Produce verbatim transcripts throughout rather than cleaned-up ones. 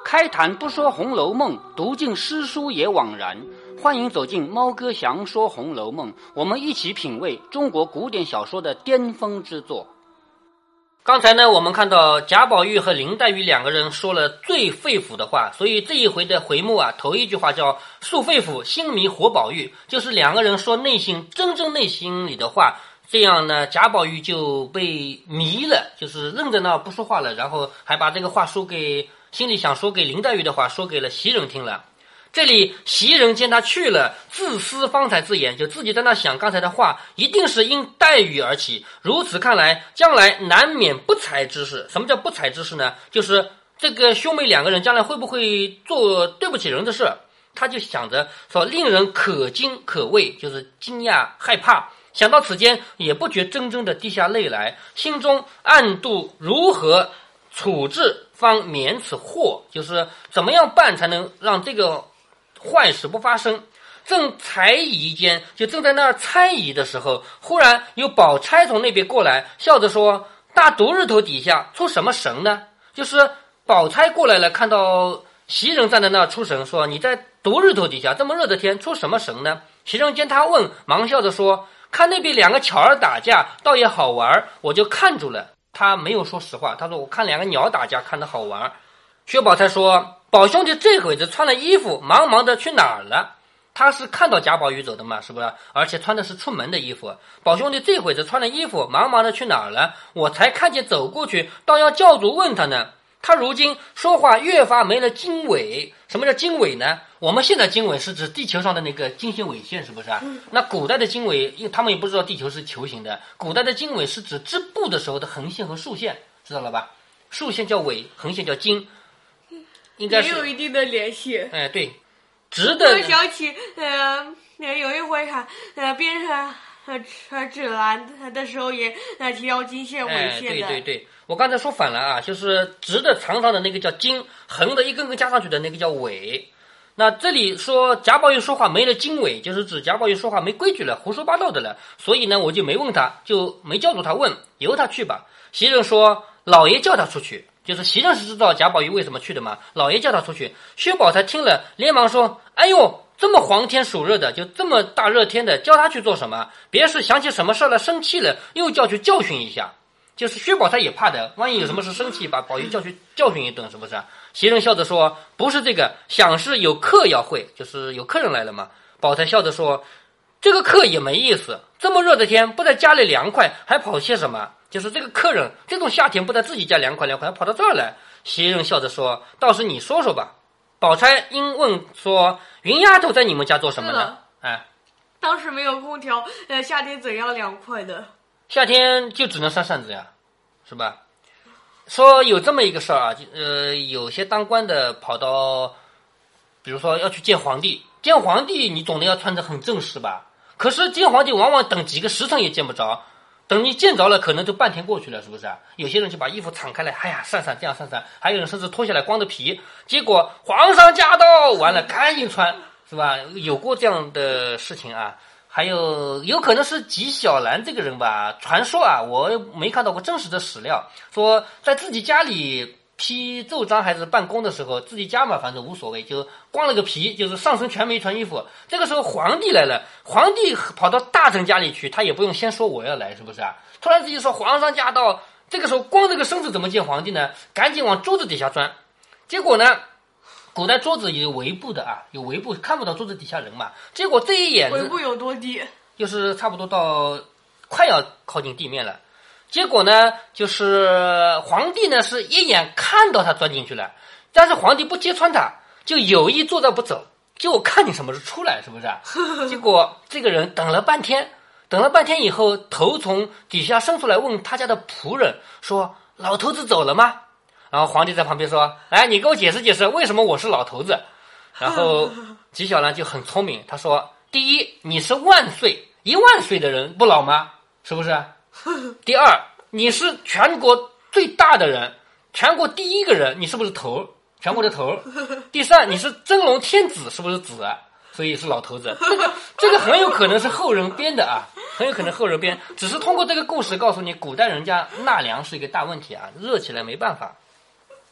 开坛不说《红楼梦》，读尽诗书也枉然。欢迎走进猫哥祥说《红楼梦》，我们一起品味中国古典小说的巅峰之作。刚才呢，我们看到贾宝玉和林黛玉两个人说了最肺腑的话，所以这一回的回目啊，头一句话叫“诉肺腑，心迷活宝玉”，就是两个人说内心真正内心里的话。这样呢，贾宝玉就被迷了，就是愣在那不说话了，然后还把这个话说给心里想说给林黛玉的话说给了袭人听了。这里袭人见他去了，自思方才自言，就自己在那想刚才的话一定是因黛玉而起，如此看来将来难免不才之事。什么叫不才之事呢？就是这个兄妹两个人将来会不会做对不起人的事，他就想着说令人可惊可畏，就是惊讶害怕，想到此间也不觉怔怔的滴下泪来，心中暗度如何处置方免此祸，就是怎么样办才能让这个坏事不发生。正猜疑间，就正在那儿猜疑的时候，忽然有宝钗从那边过来，笑着说：“大独日头底下出什么神呢？”就是宝钗过来了，看到袭人站在那儿出神，说：“你在独日头底下这么热的天出什么神呢？”袭人见他问，忙笑着说：“看那边两个巧儿打架，倒也好玩，我就看住了。”他没有说实话，他说：“我看两个鸟打架，看得好玩。”薛宝钗说：“宝兄弟这会子穿了衣服，忙忙的去哪儿了？”他是看到贾宝玉走的嘛，是不是？而且穿的是出门的衣服。宝兄弟这会子穿了衣服，忙忙的去哪儿了？我才看见走过去，倒要叫住问他呢。他如今说话越发没了经纬。什么叫经纬呢？我们现在经纬是指地球上的那个经线纬线，是不是啊？嗯、那古代的经纬，因为他们也不知道地球是球形的，古代的经纬是指织布的时候的横线和竖线，知道了吧？竖线叫纬，横线叫经，应该是也有一定的联系。 哎，对，直的。 我想起，呃，有一回看，呃，编上呃指南的时候也呃提到经线、纬线的。 哎，对对对。我刚才说反了啊，就是直的长长的那个叫经，横的一根根加上去的那个叫纬。那这里说贾宝玉说话没了经纬，就是指贾宝玉说话没规矩了，胡说八道的了。所以呢，我就没问他，就没叫住他问，由他去吧。袭人说：“老爷叫他出去。”就是袭人是知道贾宝玉为什么去的嘛，老爷叫他出去。薛宝钗听了，连忙说：“哎呦，这么黄天暑热的，就这么大热天的，叫他去做什么？别是想起什么事了，生气了，又叫去教训一下。”就是薛宝钗也怕的，万一有什么事生气，把宝玉叫去教训一顿，是不是啊？袭人笑着说：“不是这个，想是有客要会，就是有客人来了嘛。”宝钗笑着说：“这个客也没意思，这么热的天，不在家里凉快，还跑些什么？就是这个客人，这种夏天不在自己家凉快凉快，还跑到这儿来。”袭人笑着说：“倒是你说说吧。”宝钗因问说：“云丫头在你们家做什么呢？”哎， 当时没有空调，呃，夏天怎样凉快的？ 夏天就只能扇扇子呀，是吧？说有这么一个事儿啊，呃，有些当官的跑到，比如说要去见皇帝，见皇帝你总得要穿得很正式吧？可是见皇帝往往等几个时辰也见不着，等你见着了，可能都半天过去了，是不是啊？有些人就把衣服敞开来，哎呀，扇扇这样扇扇，还有人甚至脱下来光着皮，结果皇上驾到，完了赶紧穿，是吧？有过这样的事情啊。还有有可能是纪晓岚这个人吧，传说啊，我没看到过真实的史料，说在自己家里批奏章还是办公的时候，自己家嘛反正无所谓，就光了个皮，就是上身全没穿衣服。这个时候皇帝来了，皇帝跑到大臣家里去，他也不用先说我要来，是不是啊？突然自己说皇上驾到，这个时候光这个身子怎么见皇帝呢？赶紧往桌子底下钻，结果呢？古代桌子有围布的啊，有围布看不到桌子底下人嘛。结果这一眼围布有多低？ 就是差不多到快要靠近地面了。结果呢，就是皇帝呢是一眼看到他钻进去了，但是皇帝不揭穿他，就有意坐着不走，就我看你什么时候出来，是不是？结果这个人等了半天，等了半天以后，头从底下伸出来问他家的仆人说：“老头子走了吗？”然后皇帝在旁边说：“哎，你给我解释解释，为什么我是老头子？”然后纪晓岚就很聪明，他说：“第一，你是万岁一万岁的人，不老吗？是不是？第二，你是全国最大的人，全国第一个人，你是不是头？全国的头？第三，你是真龙天子，是不是子啊？所以是老头子。这个这个很有可能是后人编的啊，很有可能后人编，只是通过这个故事告诉你，古代人家纳凉是一个大问题啊，热起来没办法。”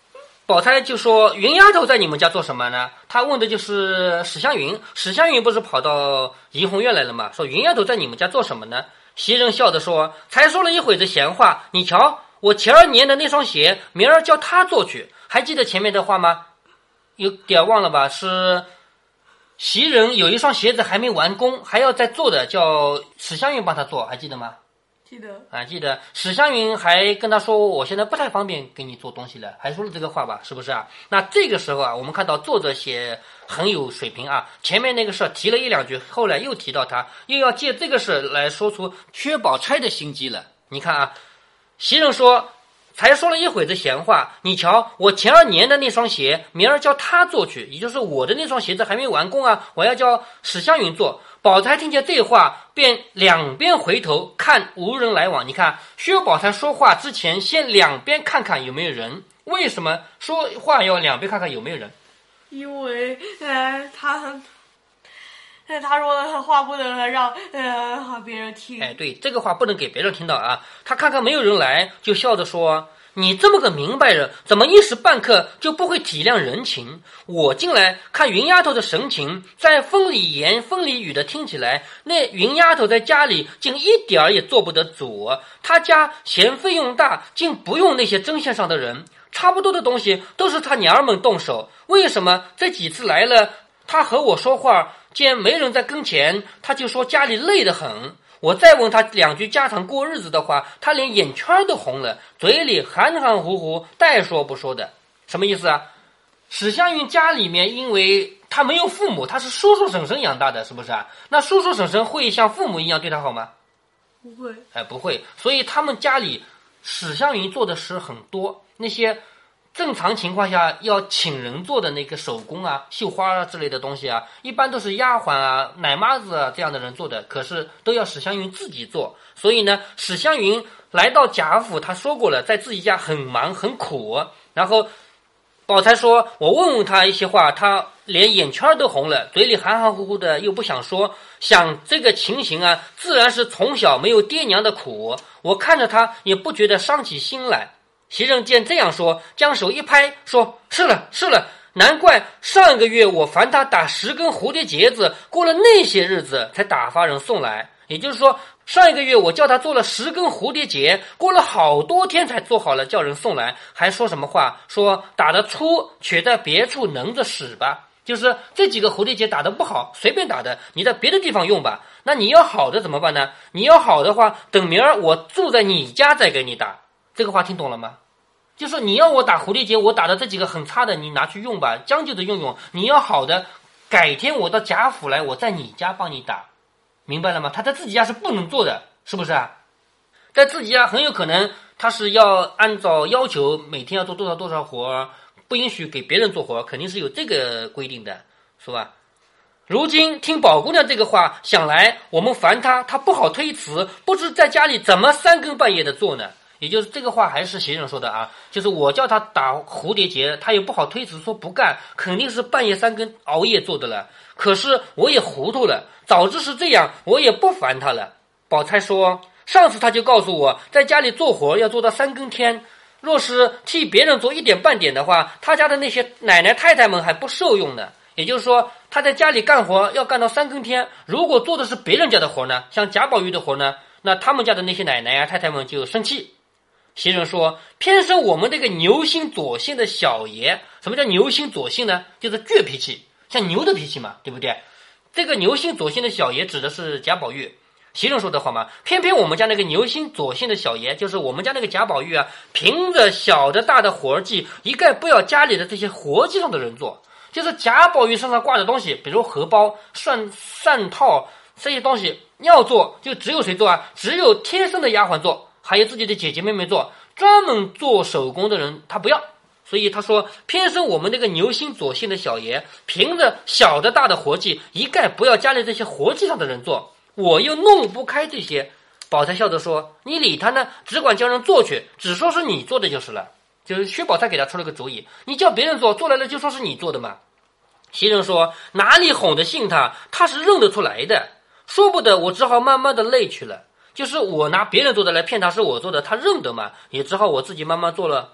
宝钗就说：“云丫头在你们家做什么呢？”他问的就是史湘云。史湘云不是跑到怡红院来了吗？说云丫头在你们家做什么呢？袭人笑着说：“才说了一会子闲话，你瞧我前儿粘的那双鞋，明儿叫她做去。”还记得前面的话吗？有点忘了吧？是袭人有一双鞋子还没完工，还要再做的，叫史湘云帮他做，还记得吗？ 记得啊，记得史湘云还跟他说：“我现在不太方便给你做东西了。”还说了这个话吧？是不是啊？那这个时候啊，我们看到作者写很有水平啊。前面那个事提了一两句，后来又提到他，又要借这个事来说出薛宝钗的心机了。你看啊，袭人说：“才说了一会子闲话，你瞧我前儿粘的那双鞋，明儿叫她做去，也就是我的那双鞋子还没完工啊，我要叫史湘云做。”宝钗听见这话，便两边回头看无人来往。你看薛宝钗说话之前，先两边看看有没有人。为什么说话要两边看看有没有人？ 因为呃，他他说的话不能让呃别人听。 哎，对，这个话不能给别人听到啊。他看看没有人来，就笑着说：“你这么个明白人，怎么一时半刻就不会体谅人情？我进来看云丫头的神情，在风里言风里语的听起来，那云丫头在家里竟一点儿也做不得主。她家嫌费用大，竟不用那些针线上的人，差不多的东西都是她娘儿们动手。为什么这几次来了，她和我说话，见没人在跟前，她就说家里累得很。我再问他两句家常过日子的话，他连眼圈都红了，嘴里含含糊糊，带说不说的。什么意思啊？史湘云家里面，因为他没有父母，他是叔叔婶婶养大的，是不是啊？那叔叔婶婶会像父母一样对他好吗？ 不会， 哎，不会。所以他们家里史湘云做的事很多，那些正常情况下要请人做的那个手工啊、绣花啊之类的东西啊，一般都是丫鬟啊、奶妈子啊这样的人做的，可是都要史湘云自己做。所以呢，史湘云来到贾府，他说过了，在自己家很忙很苦。然后宝钗说：“我问问他一些话，他连眼圈都红了，嘴里含含糊糊的，又不想说。想这个情形啊，自然是从小没有爹娘的苦。我看着他也不觉得伤起心来。”袭人见这样说，将手一拍，说：“是了，是了，难怪上个月我烦他打十根蝴蝶结子，过了那些日子才打发人送来。也就是说，上一个月我叫他做了十根蝴蝶结，过了好多天才做好了，叫人送来。还说什么话？说打得粗，且在别处能着使吧。就是这几个蝴蝶结打得不好，随便打的，你在别的地方用吧。那你要好的怎么办呢？你要好的话，等明儿我住在你家再给你打。”这个话听懂了吗？就说你要我打蝴蝶结，我打的这几个很差的，你拿去用吧，将就着用用。你要好的，改天我到贾府来，我在你家帮你打，明白了吗？他在自己家是不能做的，是不是啊？在自己家很有可能他是要按照要求每天要做多少多少活，不允许给别人做活，肯定是有这个规定的，是吧？如今听宝姑娘这个话，想来我们烦她，她不好推辞，不知在家里怎么三更半夜的做呢？也就是这个话还是袭人说的啊，就是我叫他打蝴蝶结，他也不好推辞说不干，肯定是半夜三更熬夜做的了。可是我也糊涂了，早知是这样，我也不烦他了。宝钗说，上次他就告诉我，在家里做活要做到三更天，若是替别人做一点半点的话，他家的那些奶奶太太们还不受用呢。也就是说，他在家里干活要干到三更天，如果做的是别人家的活呢，像贾宝玉的活呢，那他们家的那些奶奶啊太太们就生气。袭人说，偏生我们这个牛心左性的小爷。什么叫牛心左性呢？就是倔脾气，像牛的脾气嘛，对不对？这个牛心左性的小爷指的是贾宝玉。袭人说的话嘛，偏偏我们家那个牛心左性的小爷，就是我们家那个贾宝玉啊，凭着小的大的活计，一概不要家里的这些活计上的人做。就是贾宝玉身上挂的东西，比如荷包、扇扇套这些东西要做，就只有谁做啊？只有贴身的丫鬟做，还有自己的姐姐妹妹做，专门做手工的人他不要。所以他说，偏生我们那个牛心左性的小爷，凭着小的大的活计，一概不要家里这些活计上的人做，我又弄不开这些。宝钗笑着说，你理他呢，只管叫人做去，只说是你做的就是了。就是薛宝钗给他出了个主意，你叫别人做，做来了就说是你做的嘛。袭人说，哪里哄得信他，他是认得出来的，说不得我只好慢慢的累去了。就是我拿别人做的来骗他是我做的，他认得嘛，也只好我自己慢慢做了。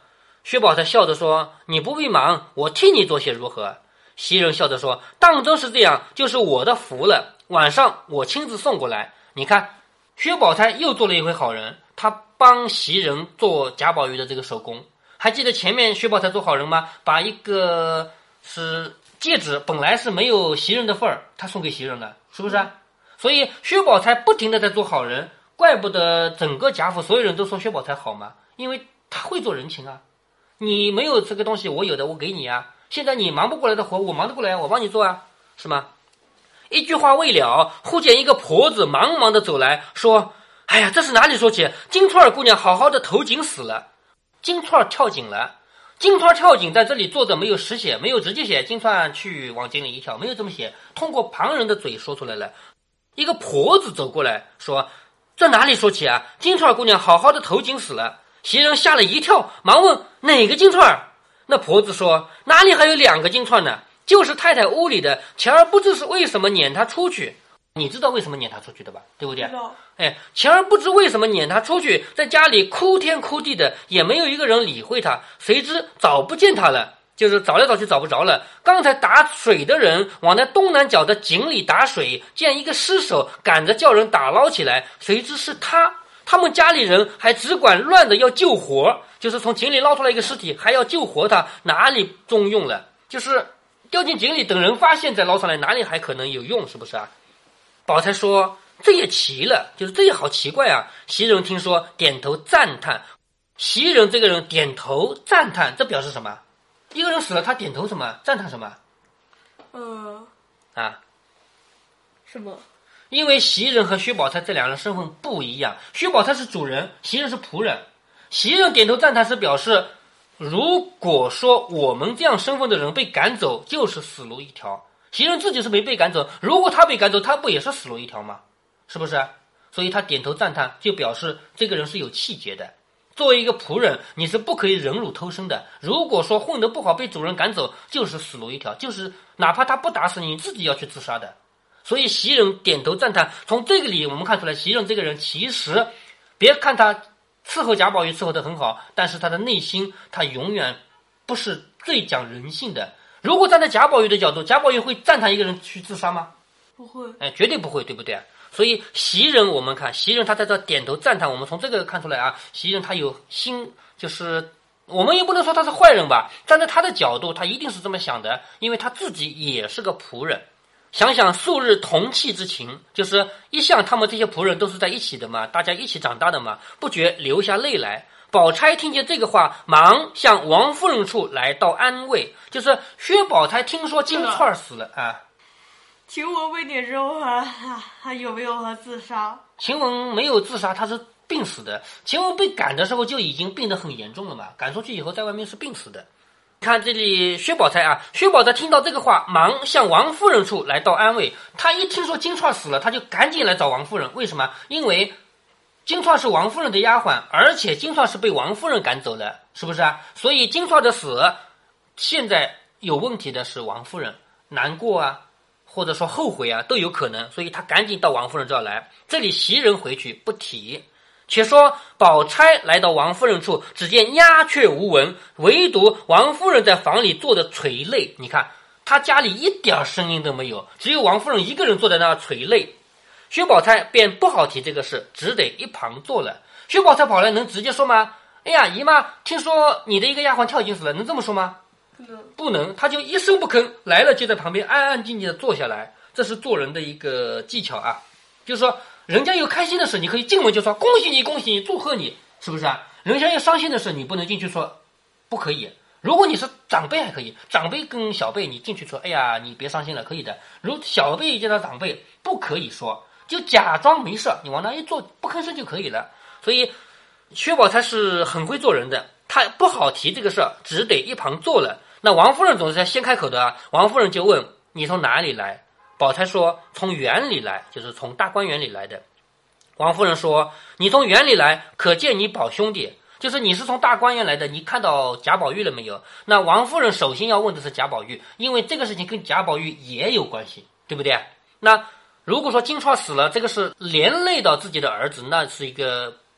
薛宝钗笑着说：“你不必忙，我替你做些如何？”袭人笑着说：“当真是这样，就是我的福了。晚上我亲自送过来。”你看，薛宝钗又做了一回好人，她帮袭人做贾宝玉的这个手工。还记得前面薛宝钗做好人吗？把一个是戒指，本来是没有袭人的份儿，她送给袭人了，是不是啊？所以薛宝钗不停的在做好人，怪不得整个贾府所有人都说薛宝钗好嘛，因为她会做人情啊。你没有这个东西，我有的，我给你啊。现在你忙不过来的活，我忙得过来，我帮你做啊，是吗？一句话未了，忽见一个婆子忙忙的走来，说：“哎呀，这是哪里说起？金钏儿姑娘好好的投井死了。”金钏儿跳井了，金钏儿跳井在这里作者没有实写，没有直接写金钏去往井里一跳，没有这么写，通过旁人的嘴说出来了。一个婆子走过来说：“这哪里说起啊？金钏儿姑娘好好的投井死了。”袭人吓了一跳，忙问：“哪个金钏儿？”那婆子说：“哪里还有两个金钏呢？就是太太屋里的，前儿不知是为什么撵她出去。”你知道为什么撵她出去的吧？对不对？哎，前儿不知为什么撵她出去，在家里哭天哭地的，也没有一个人理会她。谁知找不见她了，就是找来找去找不着了。刚才打水的人往那东南角的井里打水，见一个尸首，赶着叫人打捞起来，谁知是她。他们家里人还只管乱的要救活，就是从井里捞出来一个尸体，还要救活他，哪里中用了？就是掉进井里，等人发现再捞上来，哪里还可能有用？是不是啊？宝钗说：“这也奇了，就是这也好奇怪啊。”袭人听说，点头赞叹。袭人这个人点头赞叹，这表示什么？一个人死了，他点头什么？赞叹什么？ 呃， 啊， 什么？ 因为袭人和薛宝钗这两人身份不一样，薛宝钗是主人，袭人是仆人。袭人点头赞叹是表示，如果说我们这样身份的人被赶走，就是死路一条。袭人自己是没被赶走，如果他被赶走，他不也是死路一条吗？是不是？所以他点头赞叹，就表示这个人是有气节的。作为一个仆人，你是不可以忍辱偷生的。如果说混得不好被主人赶走，就是死路一条，就是哪怕他不打死你，你自己要去自杀的。所以袭人点头赞叹，从这个里我们看出来，袭人这个人其实，别看他伺候贾宝玉伺候得很好，但是他的内心他永远不是最讲人性的。如果站在贾宝玉的角度，贾宝玉会赞叹一个人去自杀吗？ 不会， 哎，绝对不会，对不对？所以袭人，我们看袭人他在这点头赞叹，我们从这个看出来啊，袭人他有心，就是我们也不能说他是坏人吧，站在他的角度，他一定是这么想的，因为他自己也是个仆人。想想素日同气之情，就是一向他们这些仆人都是在一起的嘛，大家一起长大的嘛，不觉流下泪来。宝钗听见这个话，忙向王夫人处来到安慰，就是薛宝钗听说金钏死了啊。 晴雯被撵之后还还有没有和自杀？ 晴雯没有自杀，她是病死的。晴雯被赶的时候就已经病得很严重了嘛，赶出去以后在外面是病死的。看这里薛宝钗啊，薛宝钗听到这个话，忙向王夫人处来到安慰。她一听说金钏死了，她就赶紧来找王夫人。为什么？因为金钏是王夫人的丫鬟，而且金钏是被王夫人赶走了，是不是啊？所以金钏的死，现在有问题的是王夫人，难过啊，或者说后悔啊，都有可能。所以她赶紧到王夫人这儿来。这里袭人回去不提。且说宝钗来到王夫人处，只见鸦雀无闻，唯独王夫人在房里坐着垂泪。你看她家里一点声音都没有，只有王夫人一个人坐在那儿垂泪。薛宝钗便不好提这个事，只得一旁坐了。薛宝钗跑来能直接说吗？哎呀姨妈，听说你的一个丫鬟跳井死了，能这么说吗？ 不能， 不能。她就一声不吭，来了就在旁边安安静静的坐下来。这是做人的一个技巧啊，就是说人家有开心的事，你可以进门就说恭喜你恭喜你祝贺你，是不是啊？人家有伤心的事，你不能进去说不可以。如果你是长辈还可以，长辈跟小辈你进去说哎呀你别伤心了，可以的。如小辈见到长辈不可以说，就假装没事，你往那一坐不吭声就可以了。所以薛宝钗是很会做人的，她不好提这个事，只得一旁坐了。那王夫人总是在先开口的啊，王夫人就问你从哪里来？宝钗说从园里来，就是从大观园里来的。王夫人说你从园里来，可见你宝兄弟，就是你是从大观园来的，你看到贾宝玉了没有？那王夫人首先要问的是贾宝玉，因为这个事情跟贾宝玉也有关系，对不对？那如果说金钏死了，这个是连累到自己的儿子，那是一个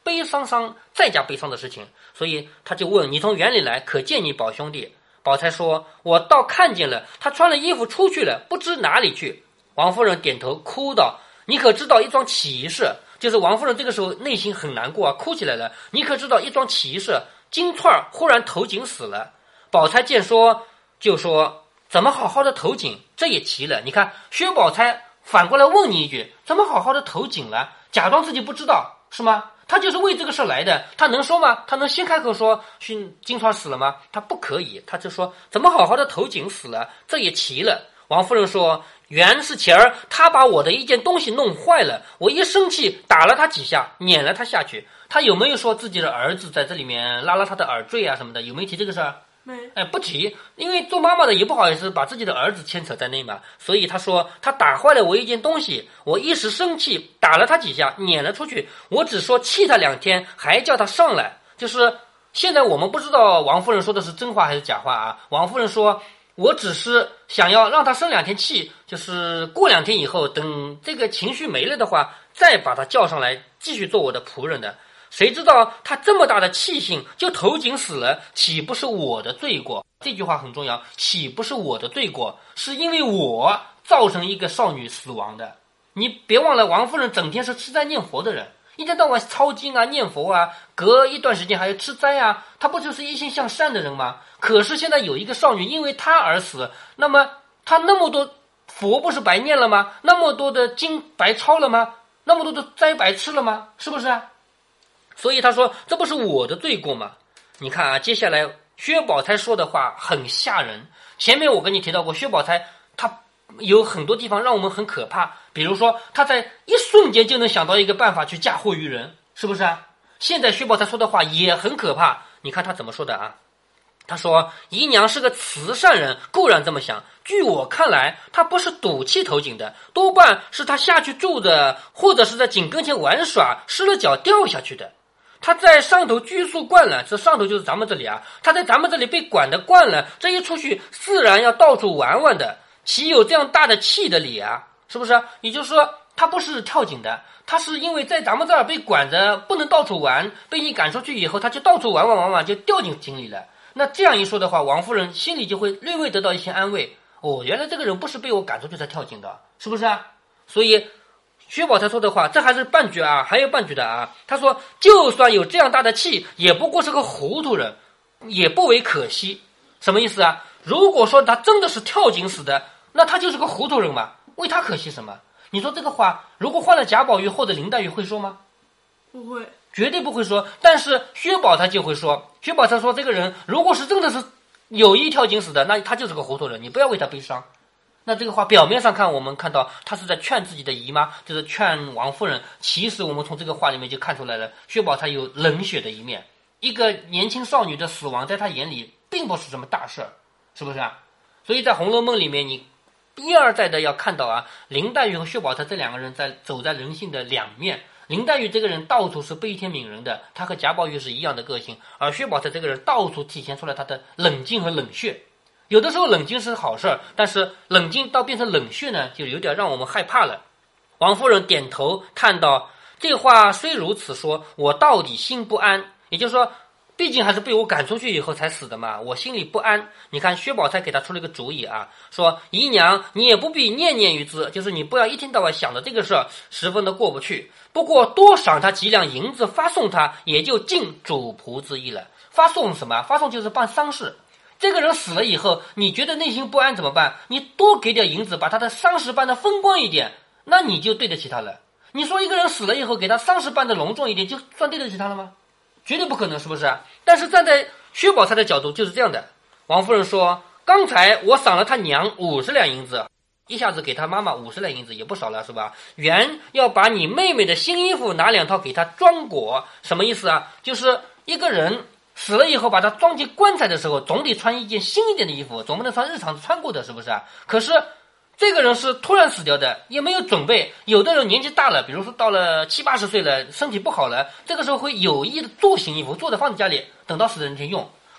悲伤伤再加悲伤的事情，所以他就问：你从园里来，可见你宝兄弟？宝钗说：我倒看见了，他穿了衣服出去了，不知哪里去。王夫人点头哭道：你可知道一桩奇事？就是王夫人这个时候内心很难过啊，哭起来了。你可知道一桩奇事？金钏忽然投井死了。宝钗见说就说：怎么好好的投井？这也奇了。你看薛宝钗反过来问你一句：怎么好好的投井了？假装自己不知道是吗？他就是为这个事来的，他能说吗？他能先开口说金钏死了吗？他不可以，他就说怎么好好的投井死了？这也奇了。王夫人说：原是前儿他把我的一件东西弄坏了，我一生气打了他几下，撵了他下去。他有没有说自己的儿子在这里面拉了他的耳坠啊什么的？有没有提这个事儿？ 没。 哎，不提，因为做妈妈的也不好意思把自己的儿子牵扯在内嘛，所以他说他打坏了我一件东西，我一时生气打了他几下，撵了出去。我只说气他两天，还叫他上来。就是现在我们不知道王夫人说的是真话还是假话啊。王夫人说我只是想要让他生两天气，就是过两天以后等这个情绪没了的话，再把他叫上来继续做我的仆人的。谁知道他这么大的气性就投井死了，岂不是我的罪过？这句话很重要，岂不是我的罪过？是因为我造成一个少女死亡的。你别忘了，王夫人整天是吃斋念佛的人，一天到晚抄经啊念佛啊，隔一段时间还要吃斋啊，她不就是一心向善的人吗？可是现在有一个少女因为她而死，那么她那么多佛不是白念了吗？那么多的经白抄了吗？那么多的斋白吃了吗？是不是啊？所以他说这不是我的罪过吗？你看啊，接下来薛宝钗说的话很吓人。前面我跟你提到过，薛宝钗她有很多地方让我们很可怕，比如说她在一瞬间就能想到一个办法去嫁祸于人，是不是啊？现在薛宝钗说的话也很可怕，你看她怎么说的啊？她说姨娘是个慈善人，固然这么想，据我看来她不是赌气投井的，多半是她下去住的，或者是在井跟前玩耍失了脚掉下去的。他在上头拘束惯了，这上头就是咱们这里啊，他在咱们这里被管得惯了，这一出去自然要到处玩玩的，岂有这样大的气的理啊？是不是？也就是说他不是跳井的，他是因为在咱们这儿被管着不能到处玩，被你赶出去以后他就到处玩玩玩玩，就掉进井里了。那这样一说的话，王夫人心里就会略微得到一些安慰，哦，原来这个人不是被我赶出去才跳井的，是不是啊？所以薛宝钗说的话，这还是半句啊，还有半句的啊。他说就算有这样大的气，也不过是个糊涂人，也不为可惜。什么意思啊？如果说他真的是跳井死的，那他就是个糊涂人嘛，为他可惜什么？你说这个话如果换了贾宝玉或者林黛玉会说吗？ 不会， 绝对不会说。但是薛宝钗就会说，薛宝钗说这个人如果是真的是有意跳井死的，那他就是个糊涂人，你不要为他悲伤。那这个话表面上看，我们看到他是在劝自己的姨妈，就是劝王夫人，其实我们从这个话里面就看出来了，薛宝钗有冷血的一面。一个年轻少女的死亡在她眼里并不是什么大事儿，是不是啊？所以在《红楼梦》里面，你一而再的要看到啊，林黛玉和薛宝钗这两个人在走在人性的两面。林黛玉这个人到处是悲天悯人的，她和贾宝玉是一样的个性，而薛宝钗这个人到处体现出来她的冷静和冷血。有的时候冷静是好事儿，但是冷静到变成冷血呢，就有点让我们害怕了。王夫人点头叹道：这话虽如此说，我到底心不安。也就是说，毕竟还是被我赶出去以后才死的嘛，我心里不安。你看薛宝钗给他出了一个主意啊，说姨娘你也不必念念于之，就是你不要一天到晚想着这个事儿，十分的过不去。不过多赏他几两银子发送他，也就尽主仆之意了。发送什么？发送就是办丧事。这个人死了以后，你觉得内心不安怎么办？你多给点银子，把他的丧事办得风光一点，那你就对得起他了。你说一个人死了以后，给他丧事办得隆重一点，就算对得起他了吗？绝对不可能，是不是？但是站在薛宝钗的角度就是这样的。王夫人说，刚才我赏了他娘五十两银子，一下子给他妈妈五十两银子也不少了，是吧？原要把你妹妹的新衣服拿两套给他装裹，什么意思啊？就是一个人死了以后把他装进棺材的时候，总得穿一件新一点的衣服，总不能穿日常穿过的，是不是啊？可是这个人是突然死掉的，也没有准备。有的人年纪大了，比如说到了七八十岁了，身体不好了，这个时候会有意的做新衣服，做的放在家里，等到死的那天用。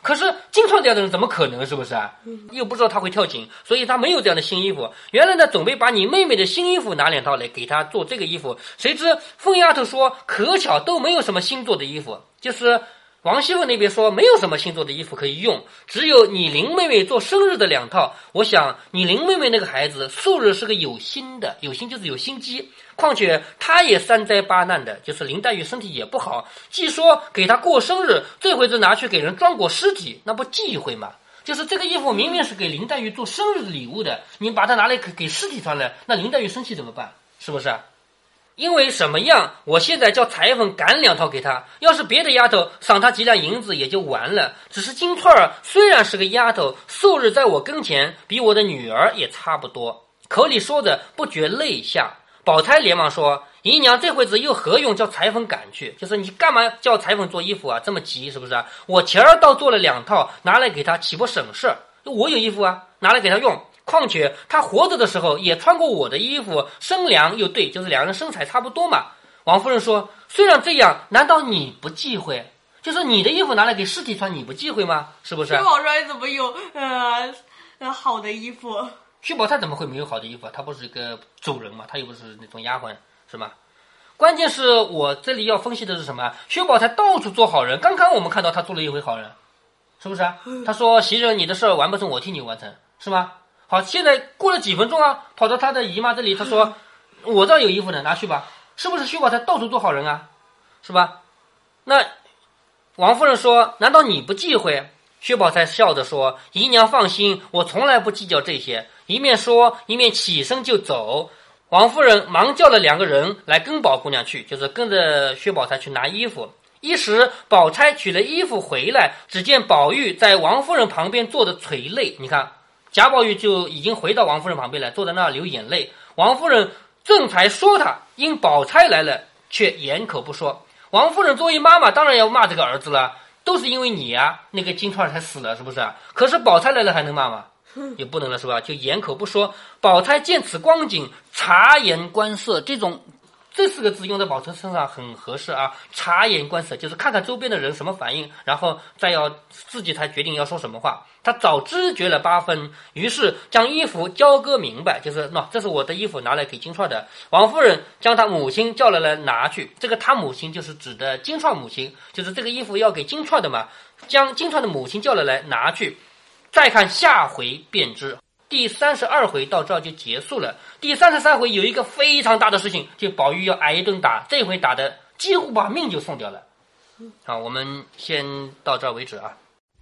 可是金钏这样的人怎么可能，是不是啊？又不知道他会跳井，所以他没有这样的新衣服。原来呢，准备把你妹妹的新衣服拿两套来给她做这个衣服，谁知凤丫头说可巧都没有什么新做的衣服，就是王熙凤那边说没有什么新做的衣服可以用，只有你林妹妹做生日的两套。我想你林妹妹那个孩子素日是个有心的，有心就是有心机，况且她也三灾八难的，就是林黛玉身体也不好，既说给她过生日，这回子拿去给人装裹尸体，那不忌讳吗？就是这个衣服明明是给林黛玉做生日的礼物的，你把它拿来给给尸体穿了，那林黛玉生气怎么办？是不是？因为什么样，我现在叫裁缝赶两套给他，要是别的丫头赏他几两银子也就完了，只是金钏儿虽然是个丫头，素日在我跟前比我的女儿也差不多，口里说着不觉泪下。宝钗连忙说，姨娘这会子又何用叫裁缝赶去，就是你干嘛叫裁缝做衣服啊，这么急是不是啊？我前儿倒做了两套拿来给他，岂不省事？我有衣服啊，拿来给他用，况且他活着的时候也穿过我的衣服，身量又对，就是两人身材差不多嘛。王夫人说，虽然这样，难道你不忌讳？就是你的衣服拿来给尸体穿，你不忌讳吗？是不是？ 薛宝钗怎么有呃呃好的衣服？ 薛宝钗怎么会没有好的衣服？她不是一个主人嘛，她又不是那种丫鬟，是吗？关键是我这里要分析的是什么？薛宝钗到处做好人，刚刚我们看到她做了一回好人，是不是啊？她说袭人你的事儿完不成，我替你完成，是吗？好，现在过了几分钟啊，跑到她的姨妈这里，她说我这儿有衣服呢，拿去吧，是不是薛宝钗到处做好人啊？是吧？那王夫人说，难道你不忌讳？薛宝钗笑着说，姨娘放心，我从来不计较这些。一面说一面起身就走。王夫人忙叫了两个人来跟宝姑娘去，就是跟着薛宝钗去拿衣服。一时宝钗取了衣服回来，只见宝玉在王夫人旁边坐着垂泪，你看贾宝玉就已经回到王夫人旁边来，坐在那儿流眼泪。王夫人正才说他，因宝钗来了，却掩口不说。王夫人作为妈妈当然要骂这个儿子了，都是因为你啊，那个金钏才死了，是不是？可是宝钗来了还能骂吗？也不能了，是吧？就掩口不说。宝钗见此光景，察言观色，这种这四个字用在宝钗身上很合适啊。察言观色就是看看周边的人什么反应，然后再要自己才决定要说什么话。他早知觉了八分，于是将衣服交割明白，就是喏，这是我的衣服，拿来给金钏的。王夫人将他母亲叫了来拿去，这个他母亲就是指的金钏母亲，就是这个衣服要给金钏的嘛，将金钏的母亲叫了来拿去。再看下回便知。第三十二回到这儿就结束了。第三十三回有一个非常大的事情，就宝玉要挨一顿打，这回打的几乎把命就送掉了。好，我们先到这儿为止啊。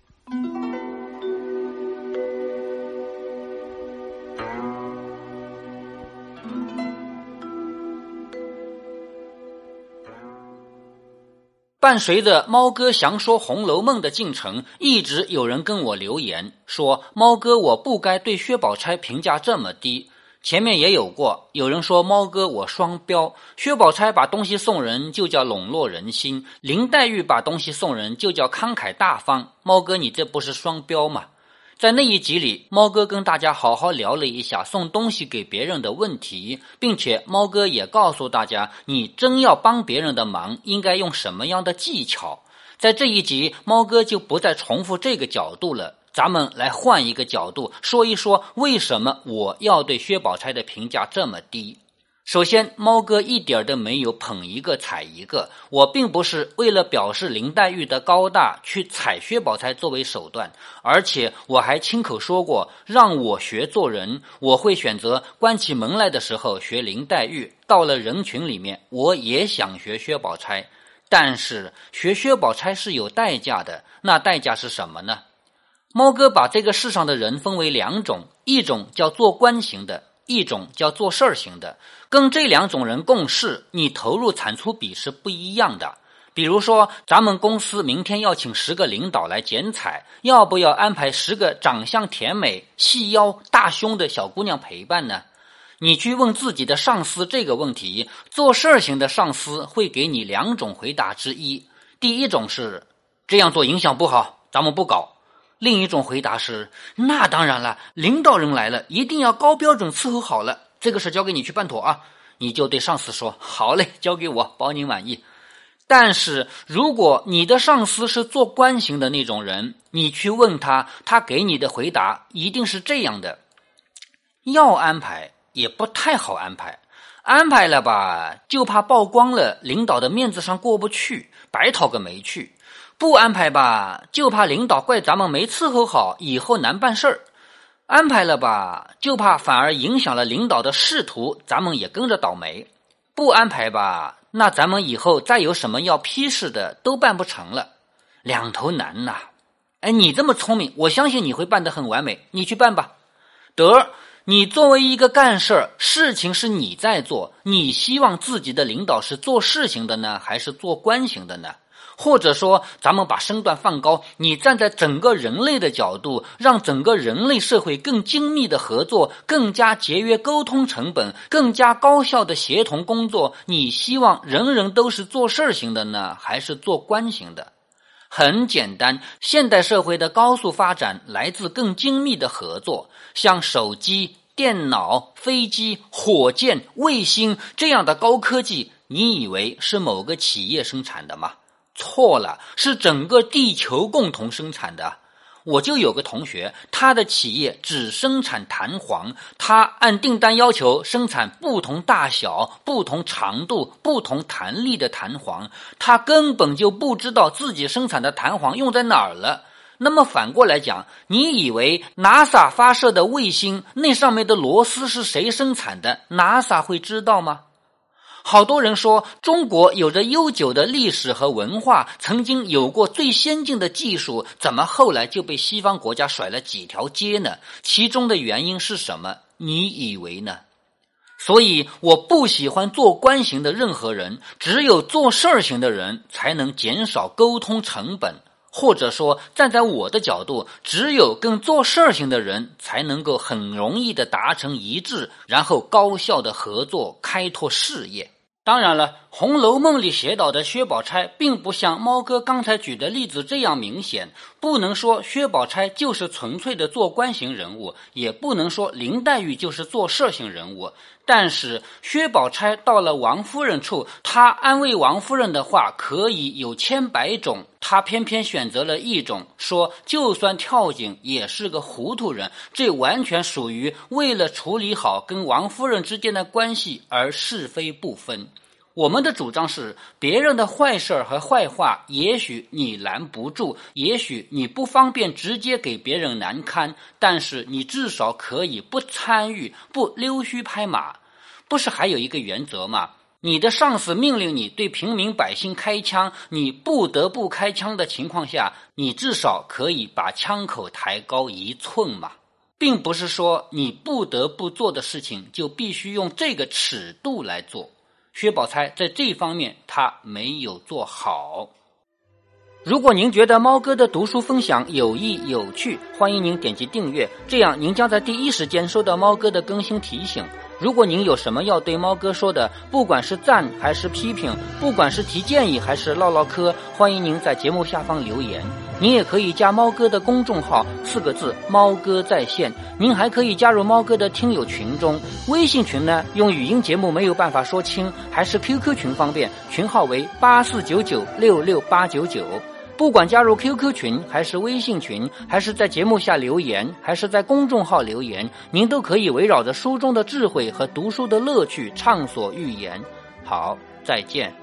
伴随着猫哥详说《红楼梦》的进程，一直有人跟我留言说，猫哥我不该对薛宝钗评价这么低。前面也有过，有人说猫哥我双标，薛宝钗把东西送人就叫笼络人心，林黛玉把东西送人就叫慷慨大方，猫哥你这不是双标吗？在那一集里，猫哥跟大家好好聊了一下送东西给别人的问题，并且猫哥也告诉大家，你真要帮别人的忙，应该用什么样的技巧。在这一集，猫哥就不再重复这个角度了，咱们来换一个角度，说一说为什么我要对薛宝钗的评价这么低。首先，猫哥一点都没有捧一个踩一个，我并不是为了表示林黛玉的高大去踩薛宝钗作为手段，而且我还亲口说过，让我学做人，我会选择关起门来的时候学林黛玉，到了人群里面我也想学薛宝钗，但是学薛宝钗是有代价的，那代价是什么呢？猫哥把这个世上的人分为两种，一种叫做官型的，一种叫做事儿型的，跟这两种人共事，你投入产出比是不一样的。比如说，咱们公司明天要请十个领导来剪彩，要不要安排十个长相甜美、细腰、大胸的小姑娘陪伴呢？你去问自己的上司这个问题，做事儿型的上司会给你两种回答之一。第一种是，这样做影响不好，咱们不搞。另一种回答是，那当然了，领导人来了，一定要高标准伺候好了，这个事交给你去办妥啊。你就对上司说，好嘞，交给我，保你满意。 但是如果你的上司是做官型的那种人，你去问他，他给你的回答一定是这样的：要安排也不太好安排，安排了吧就怕曝光了领导的面子上过不去，白讨个没趣；不安排吧就怕领导怪咱们没伺候好，以后难办事儿；安排了吧就怕反而影响了领导的仕途，咱们也跟着倒霉；不安排吧，那咱们以后再有什么要批示的都办不成了，两头难呐。哎，你这么聪明，我相信你会办得很完美，你去办吧。得，你作为一个干事儿，事情是你在做，你希望自己的领导是做事型的呢，还是做官型的呢？或者说咱们把身段放高，你站在整个人类的角度，让整个人类社会更精密的合作，更加节约沟通成本，更加高效的协同工作，你希望人人都是做事型的呢，还是做官型的？很简单，现代社会的高速发展来自更精密的合作，像手机、电脑、飞机、火箭、卫星这样的高科技，你以为是某个企业生产的吗？错了，是整个地球共同生产的。我就有个同学，他的企业只生产弹簧，他按订单要求生产不同大小、不同长度、不同弹力的弹簧，他根本就不知道自己生产的弹簧用在哪儿了。那么反过来讲，你以为 NASA 发射的卫星那上面的螺丝是谁生产的， NASA 会知道吗？好多人说中国有着悠久的历史和文化，曾经有过最先进的技术，怎么后来就被西方国家甩了几条街呢？其中的原因是什么？你以为呢？所以我不喜欢做官型的任何人，只有做事儿型的人才能减少沟通成本，或者说站在我的角度，只有跟做事儿型的人才能够很容易的达成一致，然后高效的合作开拓事业。当然了，《红楼梦》里写到的薛宝钗并不像猫哥刚才举的例子这样明显，不能说薛宝钗就是纯粹的做官型人物，也不能说林黛玉就是做事型人物。但是薛宝钗到了王夫人处，她安慰王夫人的话可以有千百种，她偏偏选择了一种，说就算跳井也是个糊涂人，这完全属于为了处理好跟王夫人之间的关系而是非不分。我们的主张是，别人的坏事和坏话也许你拦不住，也许你不方便直接给别人难堪，但是你至少可以不参与，不溜须拍马。不是还有一个原则吗？你的上司命令你对平民百姓开枪，你不得不开枪的情况下，你至少可以把枪口抬高一寸嘛。并不是说你不得不做的事情就必须用这个尺度来做。薛宝钗在这方面她没有做好。如果您觉得猫哥的读书分享有益有趣，欢迎您点击订阅，这样您将在第一时间收到猫哥的更新提醒。如果您有什么要对猫哥说的，不管是赞还是批评，不管是提建议还是唠唠嗑，欢迎您在节目下方留言。您也可以加猫哥的公众号，四个字猫哥在线。您还可以加入猫哥的听友群中，微信群呢用语音节目没有办法说清，还是 Q Q 群方便，群号为八四九九六六八九九。不管加入 Q Q 群还是微信群，还是在节目下留言，还是在公众号留言，您都可以围绕着书中的智慧和读书的乐趣畅所欲言。好，再见。